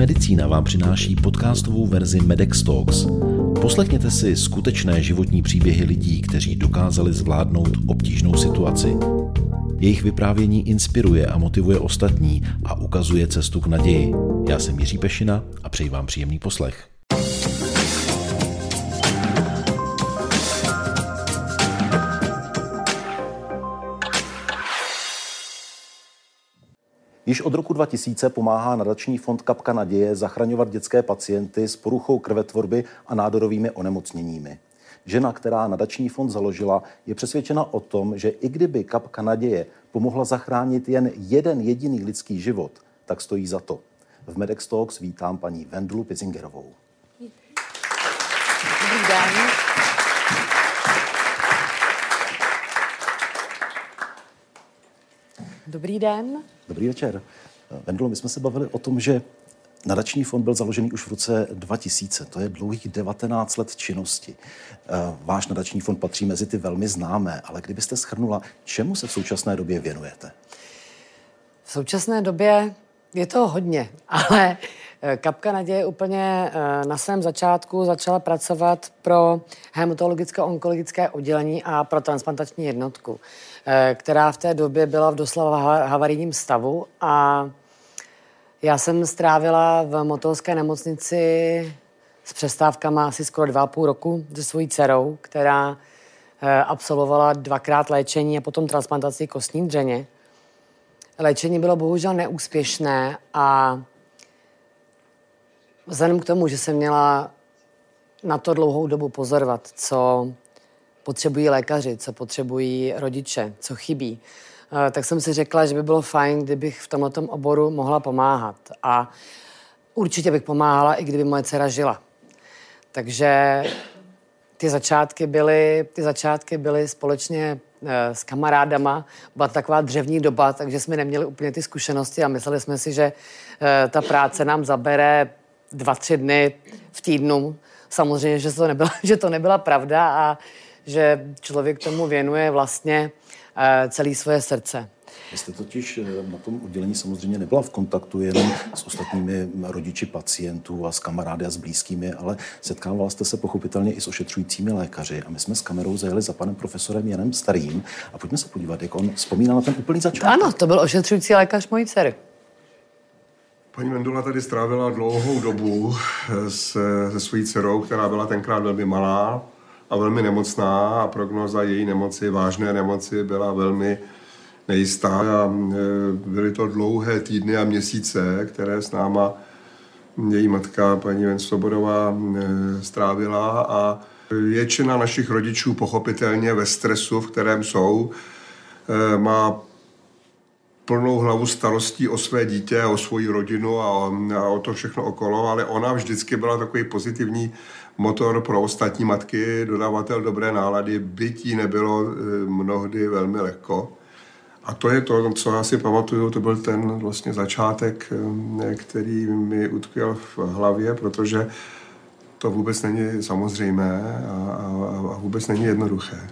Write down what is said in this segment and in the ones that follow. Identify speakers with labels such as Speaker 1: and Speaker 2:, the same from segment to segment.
Speaker 1: Medicína vám přináší podcastovou verzi Medex Talks. Poslechněte si skutečné životní příběhy lidí, kteří dokázali zvládnout obtížnou situaci. Jejich vyprávění inspiruje a motivuje ostatní a ukazuje cestu k naději. Já jsem Jiří Pešina a přeji vám příjemný poslech. Již od roku 2000 pomáhá nadační fond Kapka naděje zachraňovat dětské pacienty s poruchou krvetvorby a nádorovými onemocněními. Žena, která nadační fond založila, je přesvědčena o tom, že i kdyby Kapka naděje pomohla zachránit jen jeden jediný lidský život, tak stojí za to. V Medex Talks vítám paní Vendlu Pizingerovou.
Speaker 2: Dobrý den. Dobrý den.
Speaker 1: Dobrý večer. Vendlo, my jsme se bavili o tom, že nadační fond byl založený už v roce 2000. To je dlouhých 19 let činnosti. Váš nadační fond patří mezi ty velmi známé, ale kdybyste shrnula, čemu se v současné době věnujete?
Speaker 2: V současné době je toho hodně, ale Kapka naděje úplně na svém začátku začala pracovat pro hematologicko-onkologické oddělení a pro transplantační jednotku, která v té době byla v doslova havarijním stavu, a já jsem strávila v Motolské nemocnici s přestávkama asi skoro 2,5 roku se svojí dcerou, která absolvovala 2krát léčení a potom transplantaci kostní dřeně. Léčení bylo bohužel neúspěšné a vzhledem k tomu, že jsem měla na to dlouhou dobu pozorovat, co potřebují lékaři, co potřebují rodiče, co chybí, tak jsem si řekla, že by bylo fajn, kdybych v tomhletom oboru mohla pomáhat. A určitě bych pomáhala, i kdyby moje dcera žila. Takže ty začátky byly společně s kamarádama. Byla taková dřevní doba, takže jsme neměli úplně ty zkušenosti a mysleli jsme si, že ta práce nám zabere 2-3 dny v týdnu. Samozřejmě, že to nebyla pravda a že člověk tomu věnuje vlastně celé svoje srdce.
Speaker 1: Vy jste totiž na tom oddělení samozřejmě nebyla v kontaktu jenom s ostatními rodiči pacientů a s kamarády a s blízkými, ale setkávala jste se pochopitelně i s ošetřujícími lékaři. A my jsme s kamerou zajeli za panem profesorem Janem Starým a pojďme se podívat, jak on vzpomíná na ten úplný začátek.
Speaker 2: Ano, to byl ošetřující lékař mojí dcery.
Speaker 3: Paní Vendula tady strávila dlouhou dobu se svojí dcerou, která byla tenkrát velmi malá a velmi nemocná, a prognóza její nemoci, vážné nemoci, byla velmi nejistá. A byly to dlouhé týdny a měsíce, které s náma její matka, paní Svobodová, strávila, a většina našich rodičů pochopitelně ve stresu, v kterém jsou, má plnou hlavu starostí o své dítě, o svoji rodinu a o to všechno okolo, ale ona vždycky byla takový pozitivní motor pro ostatní matky, dodavatel dobré nálady, byť jí nebylo mnohdy velmi lehko. A to je to, co já si pamatuju, to byl ten vlastně začátek, který mi utkvěl v hlavě, protože to vůbec není samozřejmé a vůbec není jednoduché.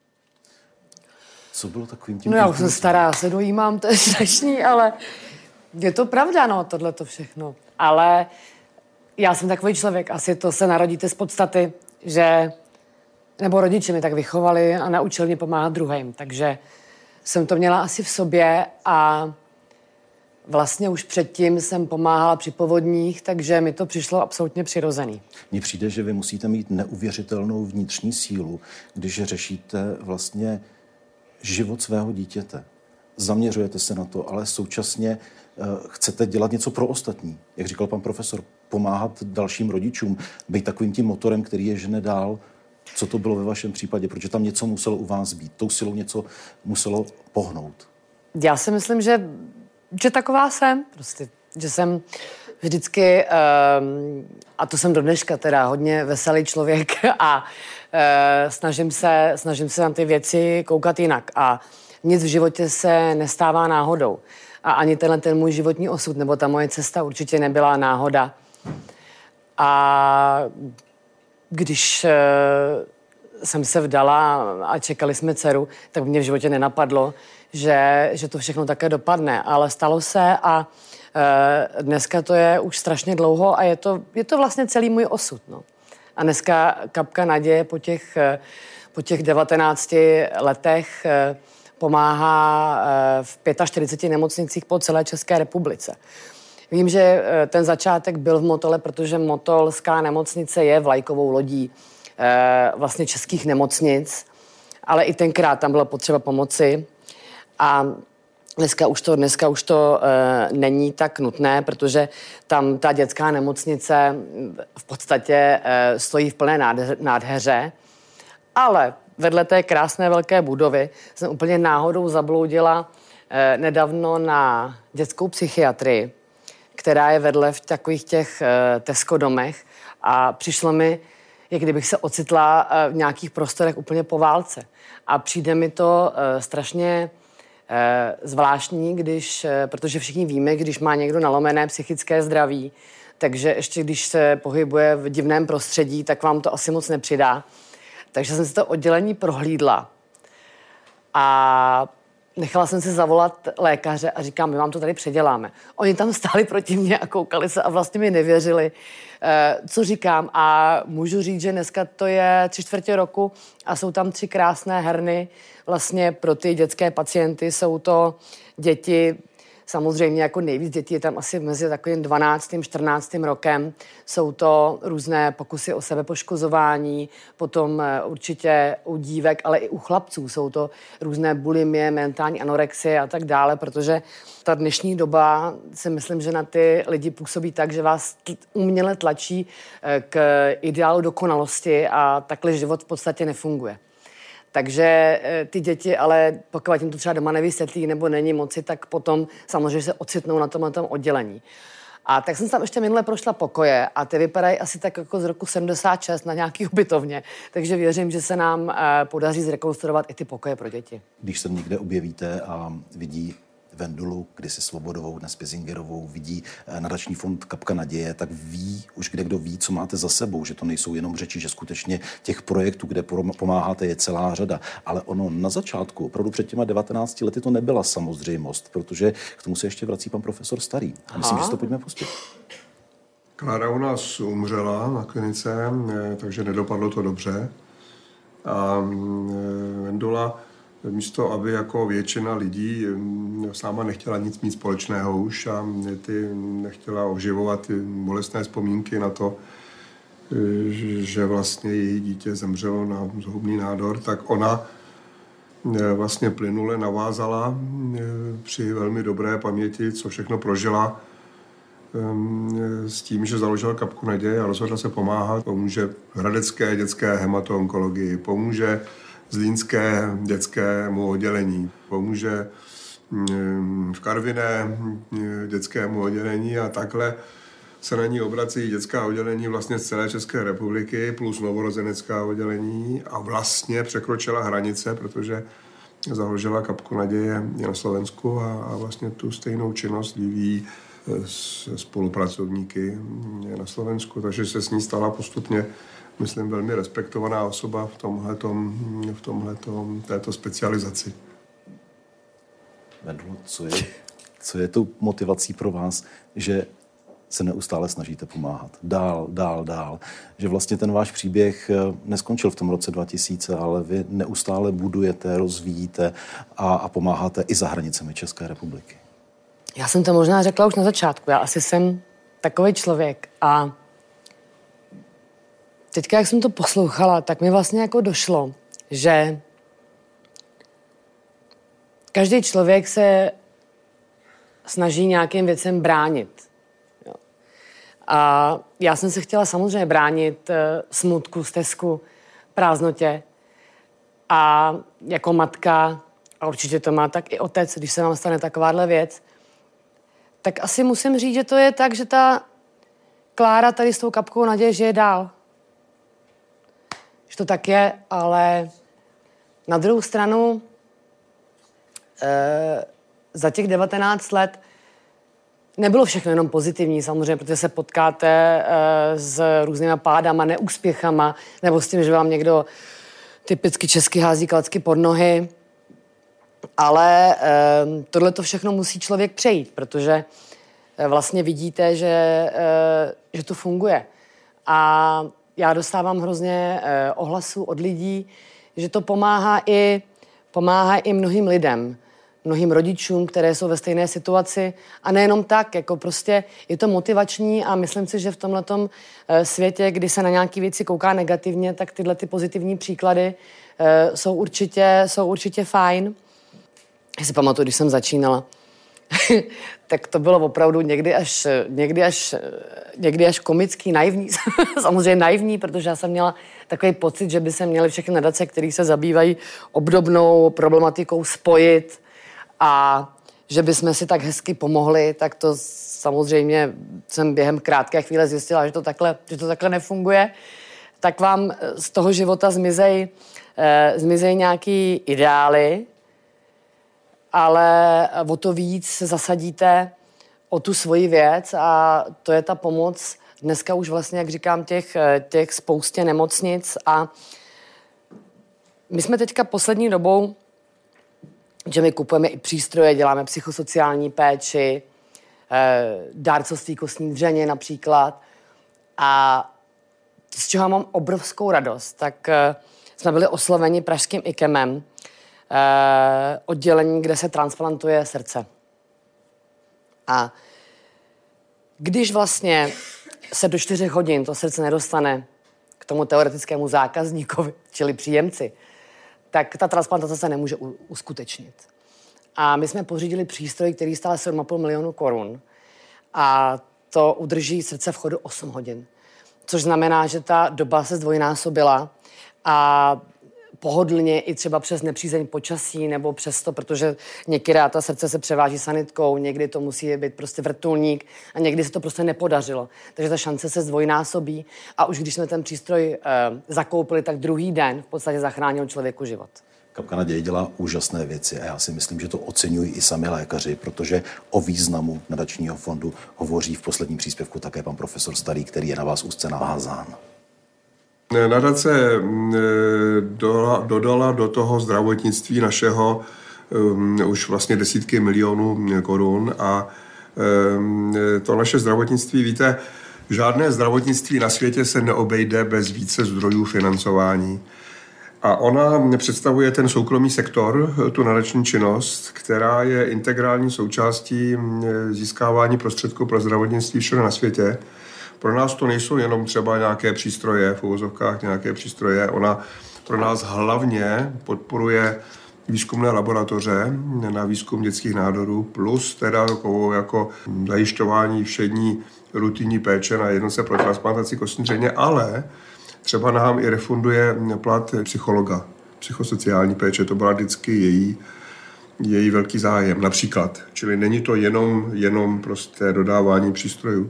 Speaker 1: Co bylo takovým tím?
Speaker 2: No já už jsem stará, se dojímám, to je strašný, ale je to pravda, no, tohleto všechno. Ale já jsem takový člověk, asi to se narodíte z podstaty, že, nebo rodiče mi tak vychovali a naučili mě pomáhat druhým, takže jsem to měla asi v sobě a vlastně už předtím jsem pomáhala při povodních, takže mi to přišlo absolutně přirozený.
Speaker 1: Mně přijde, že vy musíte mít neuvěřitelnou vnitřní sílu, když řešíte vlastně život svého dítěte. Zaměřujete se na to, ale současně chcete dělat něco pro ostatní. Jak říkal pan profesor, pomáhat dalším rodičům, být takovým tím motorem, který je žene dál. Co to bylo ve vašem případě? Protože tam něco muselo u vás být. Tou silou něco muselo pohnout.
Speaker 2: Já si myslím, že taková jsem. Prostě, že jsem vždycky, a to jsem do dneška teda, hodně veselý člověk a snažím se na ty věci koukat jinak. A nic v životě se nestává náhodou. A ani ten můj životní osud, nebo ta moje cesta určitě nebyla náhoda. A když jsem se vdala a čekali jsme dceru, tak mě v životě nenapadlo, že to všechno také dopadne. Ale stalo se a dneska to je už strašně dlouho a je to vlastně celý můj osud. No. A dneska kapka naděje po těch 19 letech pomáhá v 45 nemocnicích po celé České republice. Vím, že ten začátek byl v Motole, protože Motolská nemocnice je vlajkovou lodí vlastně českých nemocnic, ale i tenkrát tam bylo potřeba pomoci a dneska už to není tak nutné, protože tam ta dětská nemocnice v podstatě stojí v plné nádheře, ale vedle té krásné velké budovy jsem úplně náhodou zabloudila nedávno na dětskou psychiatrii, která je vedle v takových těch Tesco domech a přišlo mi, jak kdybych se ocitla v nějakých prostorech úplně po válce. A přijde mi to strašně zvláštní, protože všichni víme, když má někdo nalomené psychické zdraví, takže ještě když se pohybuje v divném prostředí, tak vám to asi moc nepřidá. Takže jsem si to oddělení prohlídla a nechala jsem si zavolat lékaře a říkám, my vám to tady předěláme. Oni tam stáli proti mně a koukali se a vlastně mi nevěřili, co říkám. A můžu říct, že dneska to je 3/4 roku a jsou tam 3 krásné herny vlastně pro ty dětské pacienty. Jsou to děti, samozřejmě jako nejvíc dětí je tam asi mezi takovým 12. 14. rokem. Jsou to různé pokusy o sebepoškozování, potom určitě u dívek, ale i u chlapců jsou to různé bulimie, mentální anorexie a tak dále, protože ta dnešní doba si myslím, že na ty lidi působí tak, že vás uměle tlačí k ideálu dokonalosti a takhle život v podstatě nefunguje. Takže ty děti, ale pokud jim to třeba doma nevysvětlí nebo není moci, tak potom samozřejmě se ocitnou na tom oddělení. A tak jsem tam ještě minule prošla pokoje a ty vypadají asi tak jako z roku 76 na nějaký ubytovně. Takže věřím, že se nám podaří zrekonstruovat i ty pokoje pro děti.
Speaker 1: Když se někde objevíte a vidí Vendulu, kdysi Svobodovou, dnes Pizingerovou, vidí nadační fond Kapka naděje, tak ví, už kdo ví, co máte za sebou, že to nejsou jenom řeči, že skutečně těch projektů, kde pomáháte, je celá řada. Ale ono na začátku, opravdu před těma 19 lety to nebyla samozřejmost, protože k tomu se ještě vrací pan profesor Starý. A myslím, že si to pojďme pustit.
Speaker 3: Klára u nás umřela na klinice, takže nedopadlo to dobře. A Vendula místo, aby jako většina lidí sama nechtěla nic mít společného už a nechtěla oživovat ty bolestné vzpomínky na to, že vlastně její dítě zemřelo na zhoubný nádor, tak ona vlastně plynule navázala při velmi dobré paměti, co všechno prožila, s tím, že založila Kapku naděje a rozhodla se pomáhat. Pomůže hradecké dětské hematoonkologii, pomůže zlínské dětskému oddělení, pomůže v Karviné dětskému oddělení a takhle se na ní obrací dětská oddělení vlastně z celé České republiky plus novorozenecká oddělení a vlastně překročila hranice, protože založila Kapku naděje na Slovensku a vlastně tu stejnou činnost vyvíjí s spolupracovníky na Slovensku, takže se s ní stala postupně, myslím, velmi respektovaná osoba v této specializaci.
Speaker 1: Vendlo, co je tou motivací pro vás, že se neustále snažíte pomáhat? Dál. Že vlastně ten váš příběh neskončil v tom roce 2000, ale vy neustále budujete, rozvíjíte a pomáháte i za hranicemi České republiky.
Speaker 2: Já jsem to možná řekla už na začátku. Já asi jsem takový člověk a teďka, jak jsem to poslouchala, tak mi vlastně jako došlo, že každý člověk se snaží nějakým věcem bránit. Jo. A já jsem se chtěla samozřejmě bránit smutku, stesku, prázdnotě. A jako matka, a určitě to má tak i otec, když se vám stane takováhle věc, tak asi musím říct, že to je tak, že ta Klára tady s tou Kapkou naděje žije dál. Že to tak je, ale na druhou stranu za těch 19 let nebylo všechno jenom pozitivní, samozřejmě, protože se potkáte s různýma pádama, neúspěchama, nebo s tím, že vám někdo typicky česky hází klacky pod nohy. Ale tohle to všechno musí člověk přejít, protože vlastně vidíte, že to funguje. A já dostávám hrozně ohlasů od lidí, že to pomáhá i mnohým lidem, mnohým rodičům, které jsou ve stejné situaci. A nejenom tak, jako prostě je to motivační a myslím si, že v tomhletom světě, kdy se na nějaké věci kouká negativně, tak tyhle ty pozitivní příklady jsou určitě fajn. Já si pamatuju, když jsem začínala, tak to bylo opravdu někdy až komický, naivní. Samozřejmě naivní, protože já jsem měla takový pocit, že by se měly všechny nadace, které se zabývají obdobnou problematikou, spojit a že bychom si tak hezky pomohli, tak to samozřejmě jsem během krátké chvíle zjistila, že to takhle nefunguje. Tak vám z toho života zmizej nějaký ideály, ale o to víc se zasadíte o tu svoji věc a to je ta pomoc. Dneska už vlastně, jak říkám, těch spoustě nemocnic a my jsme teďka poslední dobou, že my kupujeme i přístroje, děláme psychosociální péči, dárcovství kostní dřeně například a z čeho mám obrovskou radost, tak jsme byli osloveni pražským IKEMem, oddělení, kde se transplantuje srdce. A když vlastně se do 4 hodin to srdce nedostane k tomu teoretickému zákazníkovi, čili příjemci, tak ta transplantace se nemůže uskutečnit. A my jsme pořídili přístroj, který stál 7,5 milionu korun a to udrží srdce v chodu 8 hodin. Což znamená, že ta doba se zdvojnásobila a pohodlně i třeba přes nepřízeň počasí nebo přes to, protože některá ta srdce se převáží sanitkou, někdy to musí být prostě vrtulník a někdy se to prostě nepodařilo. Takže ta šance se zdvojnásobí a už když jsme ten přístroj zakoupili, tak druhý den v podstatě zachránil člověku život.
Speaker 1: Kapka naděje dělá úžasné věci a já si myslím, že to oceňují i sami lékaři, protože o významu nadačního fondu hovoří v posledním příspěvku také pan profesor Starý, který je na vás úzce navázán.
Speaker 3: Nadace dodala do toho zdravotnictví našeho už vlastně desítky milionů korun a to naše zdravotnictví, víte, žádné zdravotnictví na světě se neobejde bez více zdrojů financování. A ona představuje ten soukromý sektor, tu nadační činnost, která je integrální součástí získávání prostředků pro zdravotnictví všude na světě. Pro nás to nejsou jenom třeba nějaké přístroje, v uvozovkách nějaké přístroje. Ona pro nás hlavně podporuje výzkumné laboratoře na výzkum dětských nádorů, plus teda jako zajišťování všední rutinní péče na jednotce pro transplantaci kostní dřeně, ale třeba nám i refunduje plat psychologa, psychosociální péče. To byla vždycky její velký zájem, například. Čili není to jenom prostě dodávání přístrojů.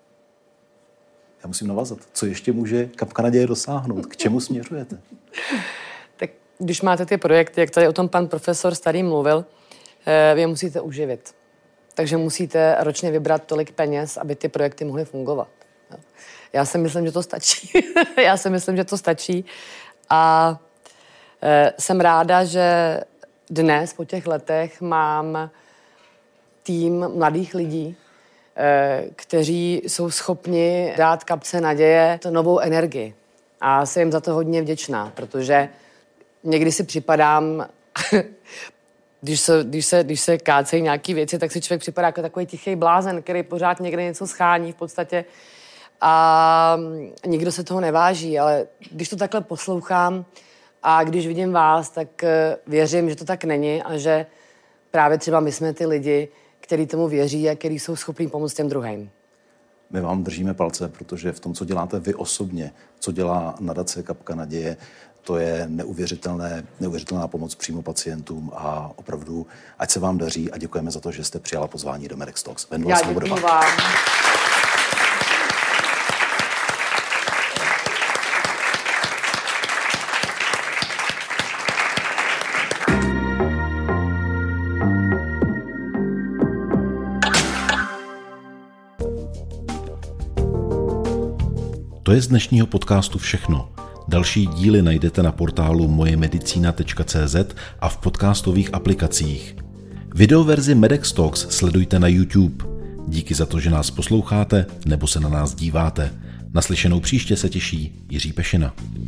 Speaker 1: Já musím navázat. Co ještě může Kapka naděje dosáhnout? K čemu směřujete?
Speaker 2: Tak když máte ty projekty, jak tady o tom pan profesor Starý mluvil, vy je musíte uživit. Takže musíte ročně vybrat tolik peněz, aby ty projekty mohly fungovat. Já si myslím, že to stačí. A jsem ráda, že dnes po těch letech mám tým mladých lidí, kteří jsou schopni dát Kapce naděje to novou energii. A jsem jim za to hodně vděčná, protože někdy si připadám, když se kácejí nějaký věci, tak si člověk připadá jako takový tichý blázen, který pořád někde něco schání v podstatě a nikdo se toho neváží, ale když to takhle poslouchám a když vidím vás, tak věřím, že to tak není a že právě třeba my jsme ty lidi, kteří tomu věří a kteří jsou schopní pomoct těm druhým.
Speaker 1: My vám držíme palce, protože v tom, co děláte vy osobně, co dělá nadace Kapka naděje, to je neuvěřitelná pomoc přímo pacientům a opravdu, ať se vám daří a děkujeme za to, že jste přijala pozvání do Medex Talks.
Speaker 2: Já děkuji vám.
Speaker 4: To je z dnešního podcastu všechno.
Speaker 1: Další díly najdete na portálu mojemedicina.cz a v podcastových aplikacích. Videoverzi Medex Talks sledujte na YouTube. Díky za to, že nás posloucháte nebo se na nás díváte. Naslyšenou příště se těší Jiří Pešina.